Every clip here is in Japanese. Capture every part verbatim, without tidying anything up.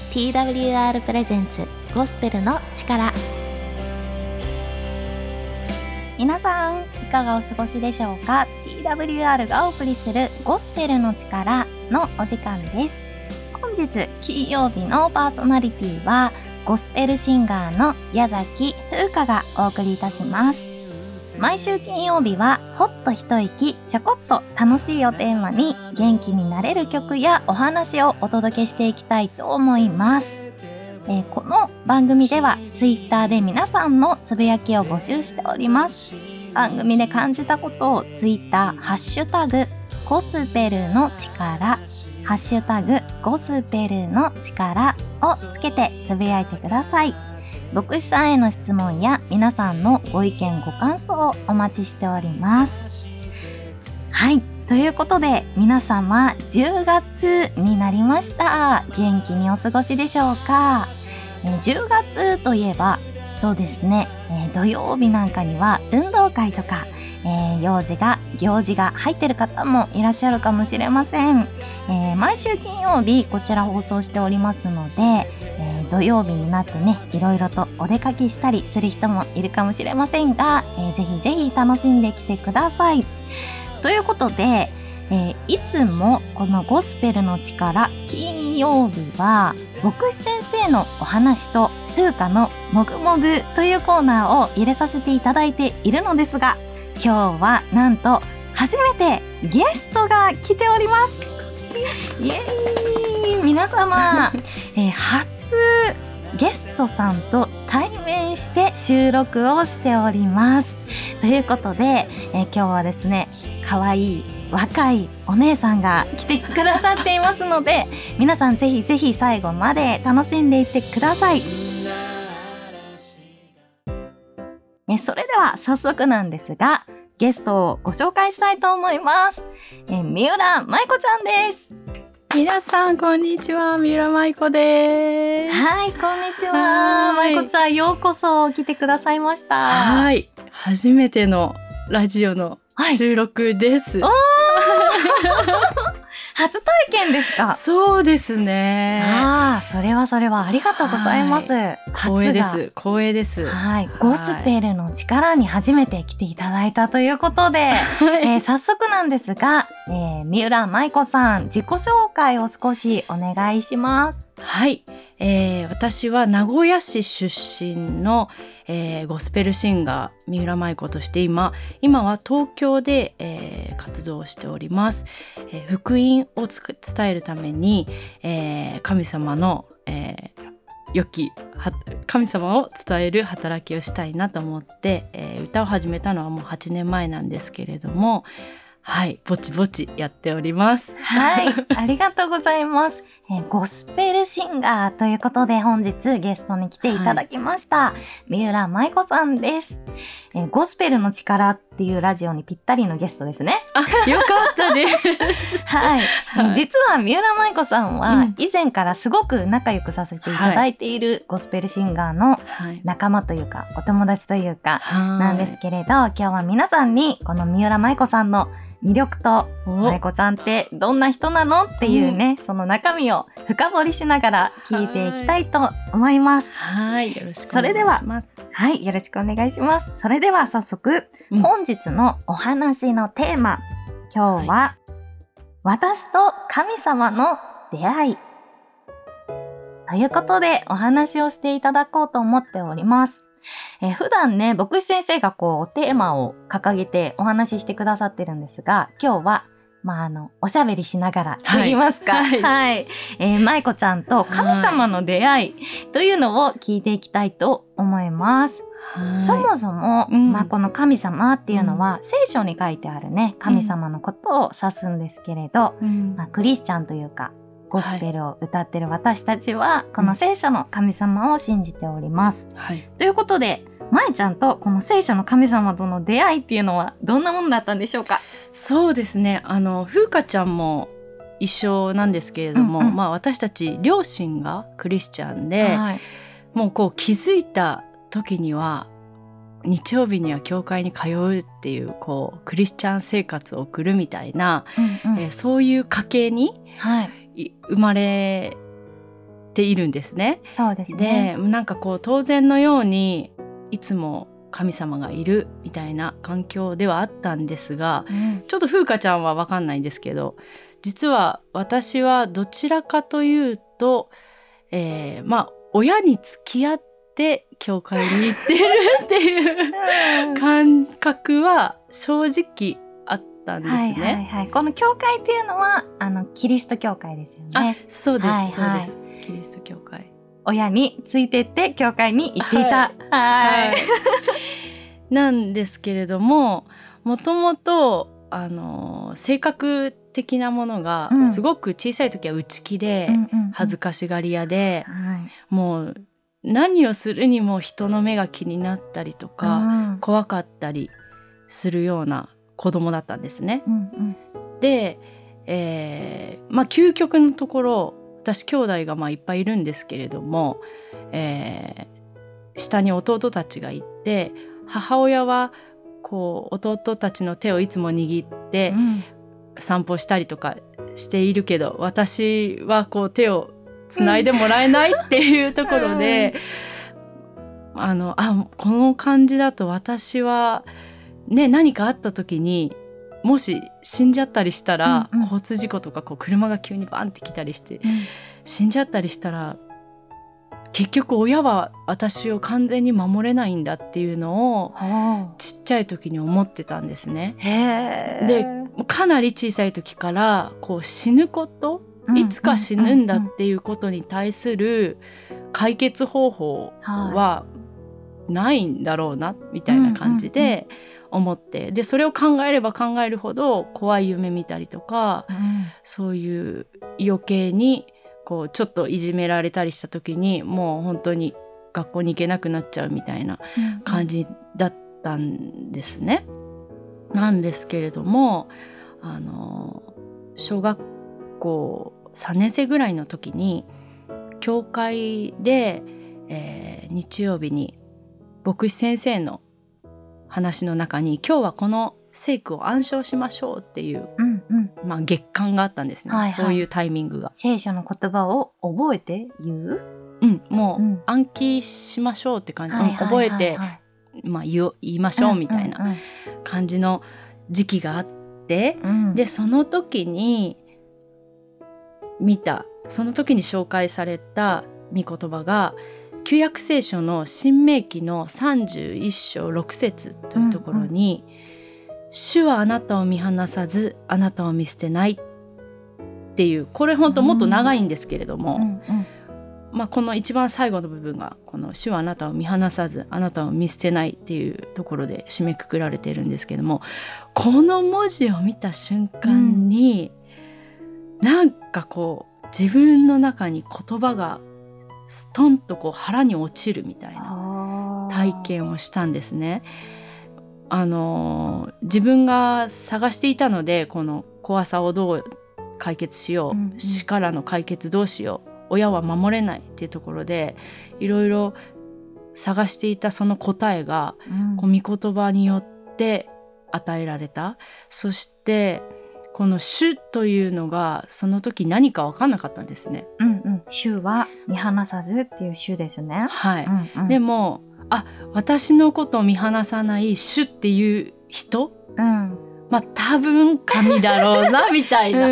ティーダブリューアール プレゼンツゴスペルの力。皆さんいかがお過ごしでしょうか。 ティーダブリューアール がお送りするゴスペルの力のお時間です。本日金曜日のパーソナリティはゴスペルシンガーの矢崎風花がお送りいたします。毎週金曜日はほっと一息ちょこっと楽しいをテーマに元気になれる曲やお話をお届けしていきたいと思います。えー、この番組ではツイッターで皆さんのつぶやきを募集しております。番組で感じたことをツイッターハッシュタグゴスペルの力ハッシュタグゴスペルの力をつけてつぶやいてください。牧師さんへの質問や皆さんのご意見ご感想をお待ちしております。はい、ということで皆様じゅうがつになりました。元気にお過ごしでしょうか。えー、じゅうがつといえばそうですね、えー、土曜日なんかには運動会とか、えー、用事が行事が入ってる方もいらっしゃるかもしれません。えー、毎週金曜日こちら放送しておりますので、えー、土曜日になってねいろいろとお出かけしたりする人もいるかもしれませんが、えー、ぜひぜひ楽しんできてください。ということで、えー、いつもこのゴスペルの力金曜日は牧師先生のお話と風花のもぐもぐというコーナーを入れさせていただいているのですが、今日はなんと初めてゲストが来ております。イエーイ皆様、えー、初ゲストさんと対面して収録をしております。ということで、えー、今日はですね可愛い若いお姉さんが来てくださっていますので皆さんぜひぜひ最後まで楽しんでいってください。えそれでは早速なんですがゲストをご紹介したいと思います。え三浦舞子ちゃんです。 皆さんこんにちは、三浦舞子です。 はい、こんにちは。舞子ちゃんようこそ来てくださいました。 はい、初めてのラジオの収録です。 はい、初体験ですか？ そうですね。 ああ、それはそれはありがとうございます。 光栄です。光栄です。 はい、ゴスペルの力に初めて来ていただいたということで、はいえー、早速なんですが、えー、三浦舞子さん自己紹介を少しお願いします。 はい、えー、私は名古屋市出身の、えー、ゴスペルシンガー三浦舞子として今今は東京で、えー、活動しております。えー、福音をつく伝えるために、えー、神様の、えー、良き神様を伝える働きをしたいなと思って、えー、歌を始めたのはもうはちねんまえなんですけれども、はい、ぼちぼちやっております。 はい、ありがとうございます。えー、ゴスペルシンガーということで本日ゲストに来ていただきました、はい、三浦舞子さんです。えー、ゴスペルの力っていうラジオにぴったりのゲストですね。 あ、よかったです。 はい、えー、実は三浦舞子さんは以前からすごく仲良くさせていただいているゴスペルシンガーの仲間というかお友達というかなんですけれど、今日は皆さんにこの三浦舞子さんの魅力と舞子ちゃんってどんな人なのっていうね、うん、その中身を深掘りしながら聞いていきたいと思います。 はい、よろしくお願いします。 それでは、はい、よろしくお願いします。それでは早速、うん、本日のお話のテーマ、今日は、はい、私と神様の出会いということでお話をしていただこうと思っております。えー、普段ね、牧師先生がこうテーマを掲げてお話ししてくださってるんですが、今日はまああのおしゃべりしながらと言いますか、はい、はい、えー、舞子ちゃんと神様の出会いというのを聞いていきたいと思います。そもそも、うん、まあこの神様っていうのは、うん、聖書に書いてあるね神様のことを指すんですけれど、うん、まあ、クリスチャンというかゴスペルを歌ってる私たちは、はい、この聖書の神様を信じております。はい、ということで、舞ちゃんとこの聖書の神様との出会いっていうのはどんなものだったんでしょうか？ そうですね、あの風花ちゃんも一緒なんですけれども、うんうん、まあ私たち両親がクリスチャンで、はい、もうこう気づいた時には日曜日には教会に通うっていう、こうクリスチャン生活を送るみたいな、うんうん、えー、そういう家系に、はい、生まれているんですね。 そうですね。 でなんかこう当然のようにいつも神様がいるみたいな環境ではあったんですが、 うん、 ちょっと風花ちゃんは分かんないんですけど、実は私はどちらかというと、えー、まあ親に付き合って教会に行ってるっていう感覚は正直あったんですね。 はいはいはい。この教会っていうのはあのキリスト教会ですよね。 あ、そうです、 はいはい、 そうです。キリスト教会。 親についてって教会に行っていた。はい。 はいはいなんですけれども、もともとあの性格的なものがすごく小さい時は内気で、恥ずかしがり屋で、 はい、 もう何をするにも人の目が気になったりとか、うん、怖かったりするような子供だったんですね。 うんうん、 で、えー、まあ究極のところ、私兄弟がまあいっぱいいるんですけれども、えー、下に弟たちがいて、母親はこう弟たちの手をいつも握って散歩したりとかしているけど、うん、私はこう手をつないでもらえないっていうところで、うん、あのあこの感じだと私は、ね、何かあった時にもし死んじゃったりしたら、うんうん、交通事故とかこう車が急にバンって来たりして、うん、死んじゃったりしたら結局親は私を完全に守れないんだっていうのをちっちゃい時に思ってたんですね。 へー。 でかなり小さい時からこう死ぬこと、いつか死ぬんだっていうことに対する解決方法はないんだろうなみたいな感じで思って、でそれを考えれば考えるほど怖い夢見たりとか、うん、そういう余計にこうちょっといじめられたりした時にもう本当に学校に行けなくなっちゃうみたいな感じだったんですね。うん、なんですけれども、あの小学校さんねん生ぐらいの時に教会で、えー、日曜日に牧師先生の話の中に今日はこの聖句を暗唱しましょうっていう、うんうんまあ、月間があったんですね、はいはい、そういうタイミングが。 聖書の言葉を覚えて言う、 うん、もう暗記しましょうって感じ、はいはいはいはい、覚えて、まあ、言, 言いましょうみたいな感じの時期があって、うん、でその時に見たその時に紹介された御言葉が旧約聖書の新明記のさんじゅういっ章ろく節というところに、うんうん、主はあなたを見放さずあなたを見捨てないっていう、これ本当もっと長いんですけれども、うんうんうんまあ、この一番最後の部分がこの主はあなたを見放さずあなたを見捨てないっていうところで締めくくられているんですけども、この文字を見た瞬間に、うん、なんかこう自分の中に言葉がストンとこう腹に落ちるみたいな体験をしたんですね。あの自分が探していたので、この怖さをどう解決しよう、うんうん、死からの解決どうしよう、親は守れないっていうところでいろいろ探していたその答えが、うん、こう御言葉によって与えられた。そしてこの主というのがその時何か分かんなかったんですね。 うんうん、主は見放さずっていう主ですね。 はい、うんうん、でもあ私のことを見放さない主っていう人、うん、まあ多分神だろうなみたいな、うん、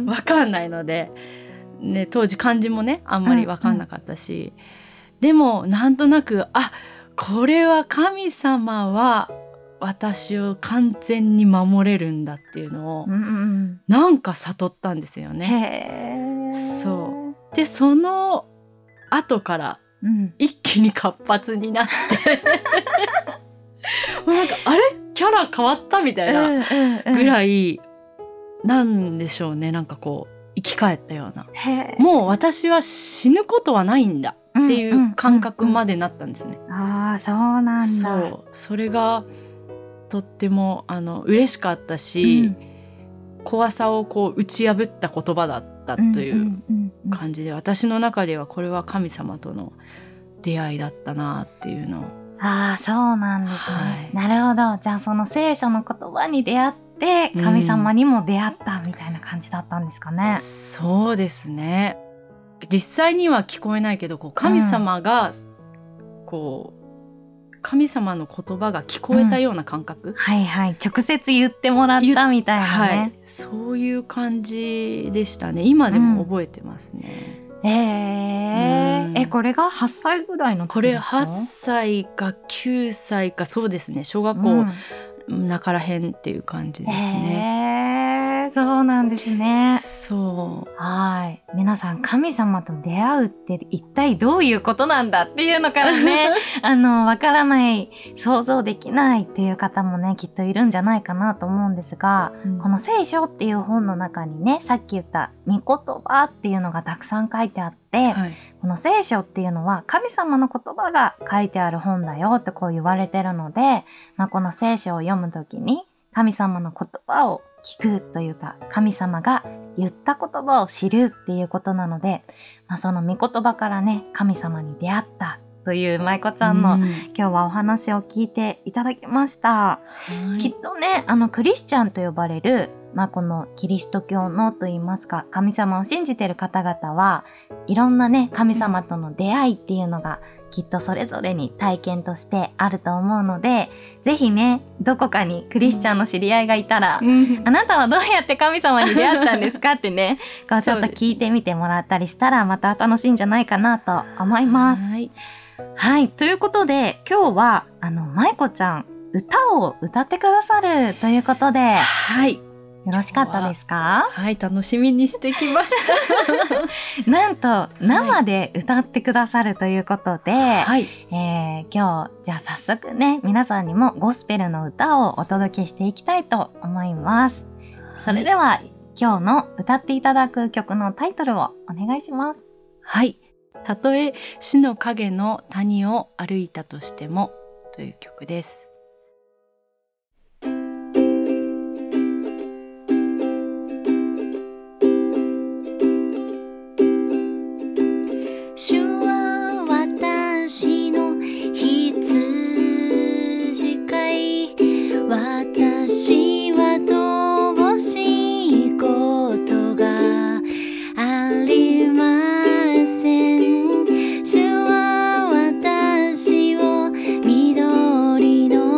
分かんないので、ね、当時漢字もねあんまり分かんなかったし、うんうん、でもなんとなくあこれは神様は私を完全に守れるんだっていうのを、うんうん、なんか悟ったんですよね。へー。そうでその後から一気に活発になって、うん、なんかあれキャラ変わったみたいなぐらい、うんうんうん、なんでしょうね、なんかこう生き返ったような、もう私は死ぬことはないんだっていう感覚までなったんですね。 うんうんうんうん、ああそうなんだ。 そうそれがとってもあの嬉しかったし、うん、怖さをこう打ち破った言葉だったという感じで、私の中ではこれは神様との出会いだったなっていうのを。 ああそうなんですね、はい、なるほど。じゃあその聖書の言葉に出会って神様にも出会ったみたいな感じだったんですかね。 うん、そうですね。 実際には聞こえないけどこう神様が、うん、こう神様の言葉が聞こえたような感覚、 うん、はいはい、直接言ってもらったみたいなね、はい、 そういう感じでしたね。今でも覚えてますね、 うん、えーうん、えこれがはっさいぐらいの時ですか？ これはっさいかきゅうさいか、そうですね、小学校中らへんっていう感じですね、 えー、そうなんですね。 そう、 はい、皆さん神様と出会うって一体どういうことなんだっていうのからねあのわからない、想像できないっていう方もねきっといるんじゃないかなと思うんですが、うん、この聖書っていう本の中にね、さっき言った御言葉っていうのがたくさん書いてあって、はい、この聖書っていうのは神様の言葉が書いてある本だよってこう言われてるので、まあ、この聖書を読むときに神様の言葉を聞くというか、神様が言った言葉を知るっていうことなので、まあ、その御言葉からね、神様に出会ったという舞子ちゃんの、うん、今日はお話を聞いていただきました。はい、きっとね、あのクリスチャンと呼ばれる、まあ、このキリスト教のといいますか、神様を信じている方々はいろんなね、神様との出会いっていうのがきっとそれぞれに体験としてあると思うので、ぜひね、どこかにクリスチャンの知り合いがいたら、うん、あなたはどうやって神様に出会ったんですかってね、こうちょっと聞いてみてもらったりしたらまた楽しいんじゃないかなと思います。はい、はい、ということで今日はあの舞子ちゃん歌を歌ってくださるということで、 はい、 よろしかったですか？ はい、楽しみにしてきましたなんと生で歌ってくださるということで、はい、えー、今日じゃあ早速ね、皆さんにもゴスペルの歌をお届けしていきたいと思います。はい、それでは今日の歌っていただく曲のタイトルをお願いします。 はい、たとえ死の影の谷を歩いたとしてもという曲です。 主は私の羊飼い、私は乏しいことがありません。主は私を緑の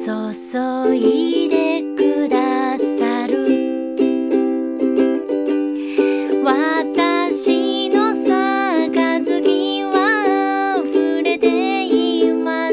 注いでくださる。私の杯は溢れています。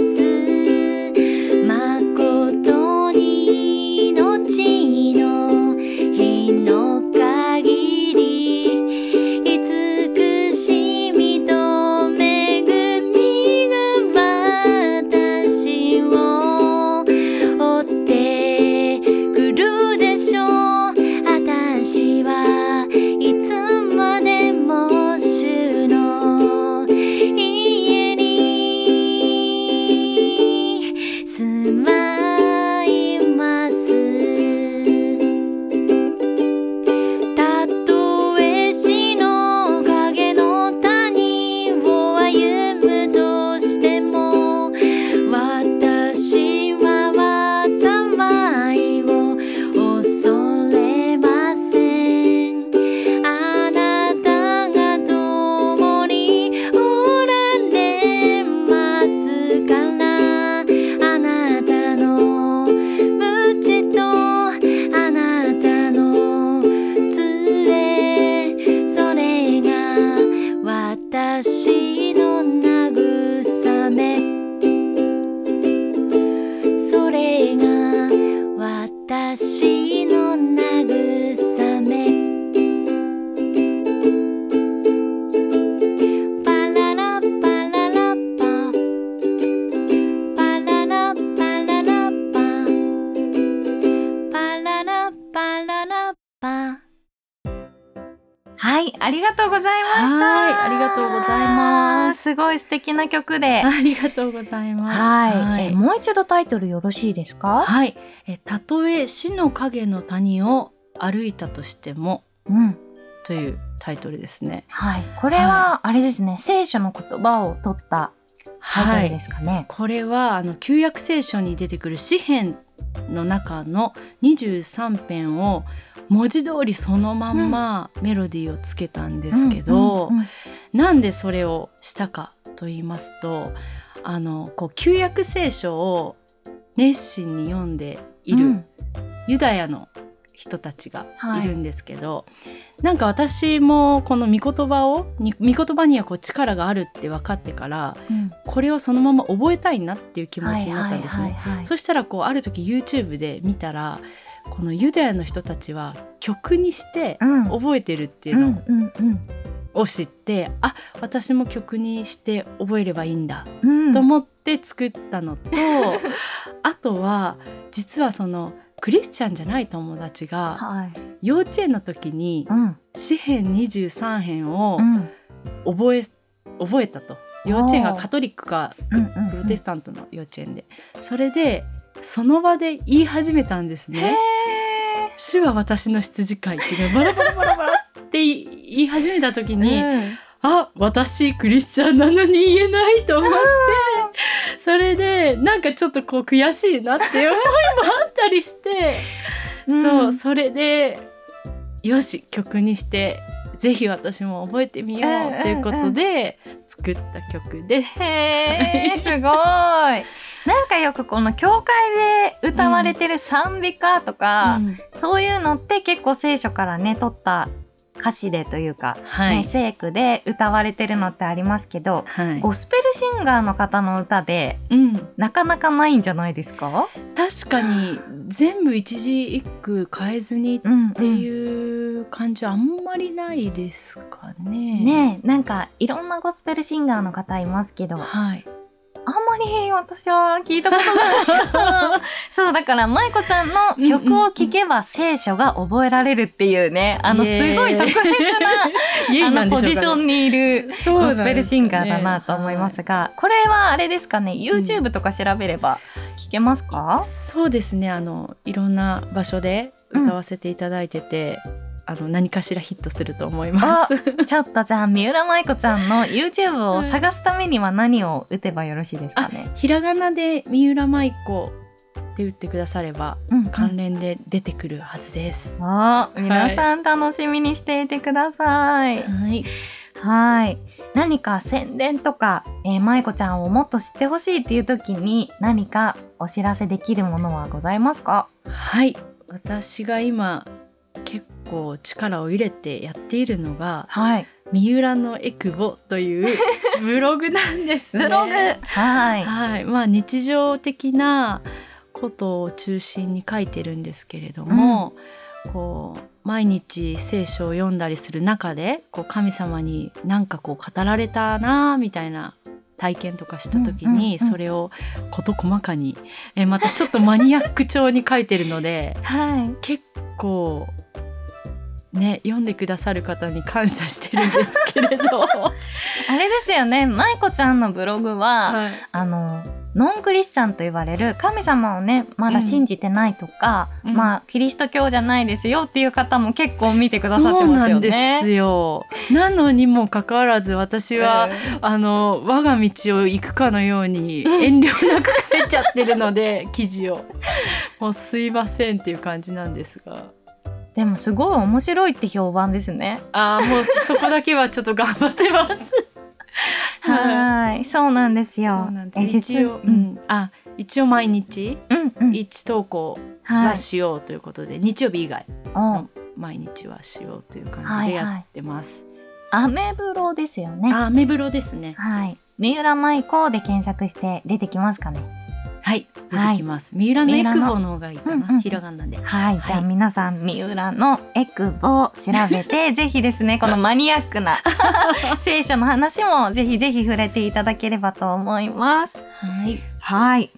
誠に命の日の限り、慈しみと恵みが私を追ってくるでしょう。私はいつまでも主の家に住まいます。たとえ死の影の谷を歩むとしても、私は災いを恐れません。あなたが共におられますから、あなたの鞭とあなたの杖、それが私の慰め、それが私の慰め。パララパララパ、パララパララパ、パララパララパ。 はい、ありがとうございました。 はい、ありがとうございます。 すごい素敵な曲で。 ありがとうございます。 はい、えもう一度タイトルよろしいですか？ はい、えたとえ死の影の谷を歩いたとしても、 うん、 というタイトルですね。 はい、これはあれですね、聖書の言葉を取ったタイトルですかね。 はい、これはあの旧約聖書に出てくる詩編の中のにじゅうさんぺんを文字通りそのまんまメロディーをつけたんですけど、 うんうんうん、 なんでそれをしたかと言いますと、あのこう旧約聖書を熱心に読んでいるユダヤの人たちがいるんですけど、はい、なんか私もこの御言葉を御言葉にはこう力があるって分かってから、うん、これをそのまま覚えたいなっていう気持ちになったんですね、はいはいはいはい、そしたらこうある時 YouTube で見たら、このユダヤの人たちは曲にして覚えてるっていうのを知って、うんうんうん、あ、私も曲にして覚えればいいんだ、うん、と思って作ったのとあとは実はそのクリスチャンじゃない友達が幼稚園の時に詩編にじゅうさんへんを覚え、覚えたと。幼稚園がカトリックかプロテスタントの幼稚園で、それでその場で言い始めたんですね。主は私の羊飼いっていうバラバラバラバラって言い始めた時に、うん、あ、私クリスチャンなのに言えないと思って、それでなんかちょっとこう悔しいなっていう思いもあったりして、うん、そう、それでよし曲にしてぜひ私も覚えてみようということで作った曲です。 へー、すごい。なんかよくこの教会で歌われてる賛美歌とか、うん、そういうのって結構聖書からね取った歌詞でというか、はい、ね、聖句で歌われてるのってありますけど、はい、ゴスペルシンガーの方の歌で、うん、なかなかないんじゃないですか？ 確かに全部一字一句変えずにっていう感じはあんまりないですかね。 ねえ、なんかいろんなゴスペルシンガーの方いますけど、はい、あんまり私は聞いたことないからそうだから舞子ちゃんの曲を聴けば聖書が覚えられるっていうね、うんうんうん、あのすごい特別なあのポジションにいるゴスペルシンガーだなと思いますが、これはあれですかね、 YouTube とか調べれば聞けますか？ うん、そうですね、あのいろんな場所で歌わせていただいてて、うん、あの何かしらヒットすると思います。 ちょっとじゃあ三浦舞子ちゃんの YouTube を探すためには何を打てばよろしいですかね？ ひらがなで三浦舞子って打ってくだされば、うんうん、関連で出てくるはずです。 あ、皆さん楽しみにしていてください。 はい、 はい。何か宣伝とか、えー、まいこちゃんをもっと知ってほしいっていう時に何かお知らせできるものはございますか？ はい、私が今結構力を入れてやっているのが、 はい。 三浦のエクボというブログなんですね。 ブログ。はい。 はい、まあ日常的なことを中心に書いてるんですけれども、うん、こう毎日聖書を読んだりする中でこう神様に何かこう語られたなみたいな体験とかした時に、それを事細かに、えまたちょっとマニアック調に書いてるので、はい、結構ね読んでくださる方に感謝してるんですけれどあれですよね、まいこちゃんのブログは、はい、あのノンクリスチャンと言われる神様をねまだ信じてないとか、うん、まあキリスト教じゃないですよっていう方も結構見てくださってますよね。 そうなんですよ。なのにもかかわらず私は、えー、あの我が道を行くかのように遠慮なく書いちゃってるので記事をもうすいませんっていう感じなんですが、 でもすごい面白いって評判ですね。 あーもうそこだけはちょっと頑張ってますはい、そうなんですよ。 え一応、うん、あ一応毎日、うんうん、いち投稿はしようということで、はい、日曜日以外の毎日はしようという感じでやってます。 はいはい、アメブロですよね。 あアメブロですね。 はい。三浦舞子で検索して出てきますかね。 はい出てきます、はい、三浦のエクボの方がいいかな、うんうん、ひらがなで、 はい、はい、じゃあ皆さん三浦のエクボを調べてぜひですねこのマニアックな聖書の話もぜひぜひ触れていただければと思います。 はいはい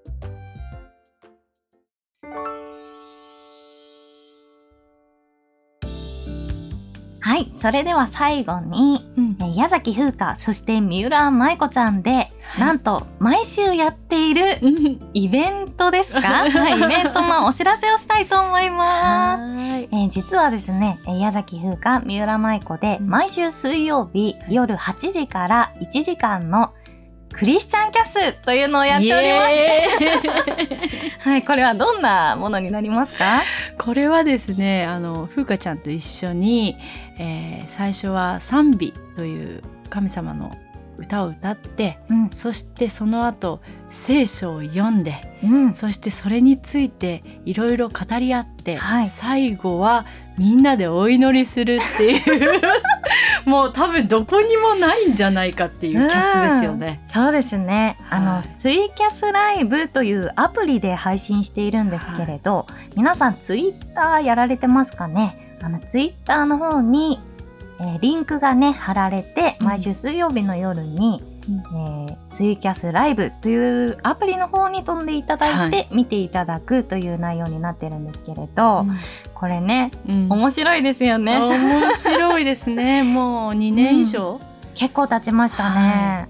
はい、それでは最後に、うん、矢崎風花そして三浦舞子ちゃんで、はい、なんと毎週やっているイベントですか、はい、イベントのお知らせをしたいと思います。はい、えー、実はですね矢崎風花三浦舞子で毎週水曜日、うん、夜はちじからいちじかんのクリスチャンキャスというのをやっておりますはい、これはどんなものになりますか？ これはですねあの風花ちゃんと一緒に、えー、最初は賛美という神様の歌を歌って、うん、そしてその後聖書を読んで、うん、そしてそれについていろいろ語り合って、はい、最後はみんなでお祈りするっていうもう多分どこにもないんじゃないかっていうキャスですよね。 うん、そうですね、はい、あのツイキャスライブというアプリで配信しているんですけれど、はい、皆さんツイッターやられてますかね？あのツイッターの方にえー、リンクがね貼られて毎週水曜日の夜に、うんえー、ツイキャスライブというアプリの方に飛んでいただいて、はい、見ていただくという内容になってるんですけれど、うん、これね、うん、面白いですよね。 面白いですねもうにねん以上、うん、 結構経ちましたね。はい、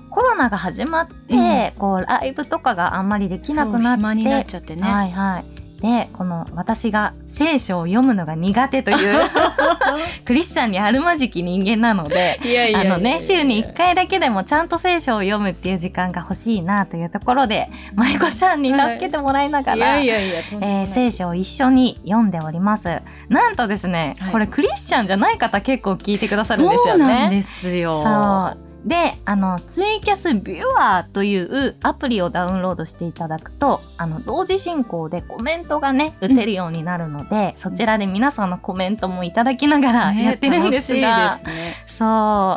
コロナが始まって、うん、こうライブとかがあんまりできなくなって暇になっちゃってね。 はいはいでこの私が聖書を読むのが苦手というクリスチャンにあるまじき人間なのであのね週にいっかいだけでもちゃんと聖書を読むっていう時間が欲しいなというところで舞子ちゃんに助けてもらいながら聖書を一緒に読んでおります。なんとですね、はい、これクリスチャンじゃない方結構聞いてくださるんですよね。 そうなんですよ。 そうで、あの、ツイキャスビュアーというアプリをダウンロードしていただくと、あの、同時進行でコメントがね、打てるようになるので、うん、そちらで皆さんのコメントもいただきながらやってるんですが、ね、楽しいですね。そう。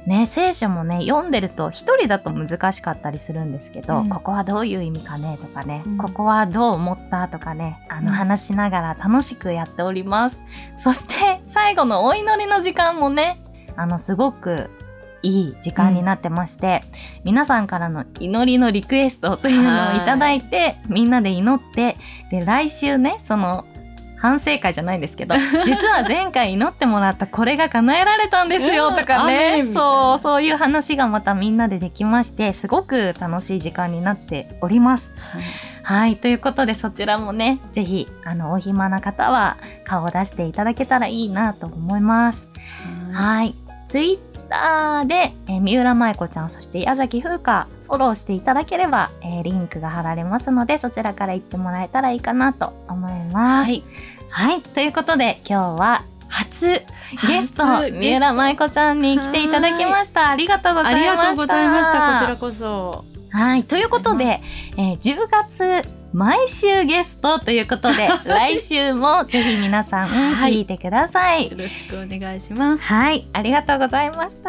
ね、聖書もね、読んでると一人だと難しかったりするんですけど、うん、ここはどういう意味かねとかね、うん、ここはどう思ったとかね、あの、話しながら楽しくやっております。そして、最後のお祈りの時間もね、あの、すごく、いい時間になってまして、うん、皆さんからの祈りのリクエストというのをいただいてみんなで祈ってで来週ねその反省会じゃないんですけど実は前回祈ってもらったこれが叶えられたんですよとかね、うん、そうそういう話がまたみんなでできましてすごく楽しい時間になっております、はい、はいということでそちらもねぜひあのお暇な方は顔を出していただけたらいいなと思います、うん、はいツイッターで、えー、三浦舞子ちゃんそして矢崎風花フォローしていただければ、えー、リンクが貼られますのでそちらから行ってもらえたらいいかなと思います。はい、はい、ということで今日は初初ゲスト初三浦舞子ちゃんに来ていただきました。ありがとうございました。 ありがとうございました。こちらこそ。 はい、ということで、えー、じゅうがつ毎週ゲストということで来週もぜひ皆さん聞いてください。 よろしくお願いします。 はい、ありがとうございました。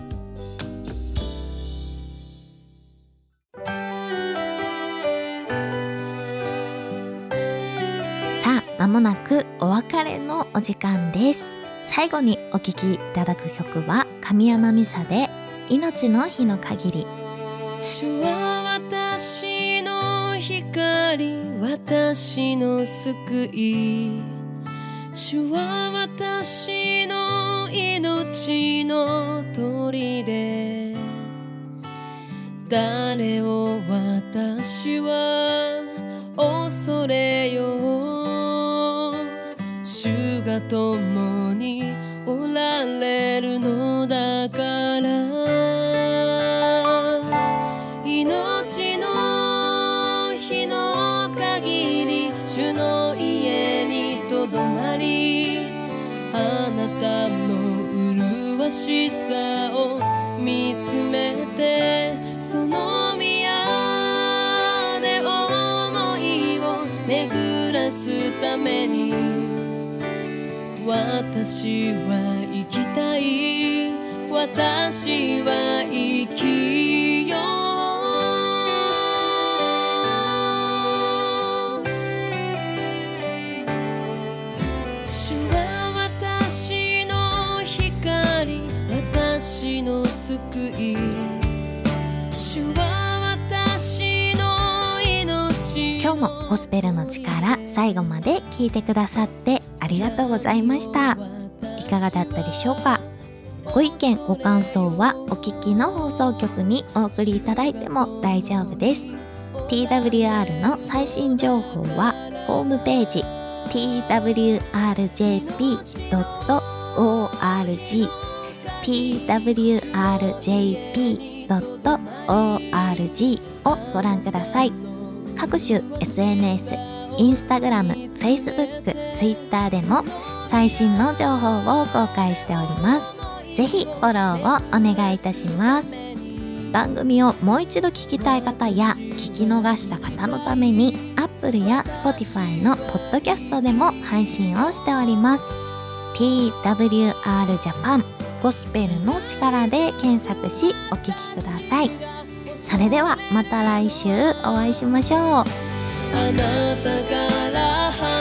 さあ、間もなくお別れのお時間です。最後にお聴きいただく曲は神山美沙で命の日の限り。 主は私の光、私の救い。主は私の命の砦。誰を私は恐れよう。主が共におられるのだから。命の日の限り主の家にとどまり、あなたの麗しさを見つめて、その宮で思いを巡らすために私は生きたい、私は生きよう。主は私の光、私の救い。主は私の命。 今日のゴスペルの力、最後まで聞いてくださってありがとうございました。いかがだったでしょうか。ご意見ご感想はお聞きの放送局にお送りいただいても大丈夫です。 ティーダブリューアール の最新情報はホームページ ティーダブリューアールジェーピードットオーアールジー ティーダブリューアールジェーピードットオーアールジー をご覧ください。各種 エスエヌエス、インスタグラム、フェイスブック、ツイッターでも最新の情報を公開しております。ぜひフォローをお願いいたします。番組をもう一度聞きたい方や聞き逃した方のために Apple や Spotify のポッドキャストでも配信をしております。 ティーダブリューアール Japan ゴスペルの力で検索しお聞きください。それではまた来週お会いしましょう。 あなたから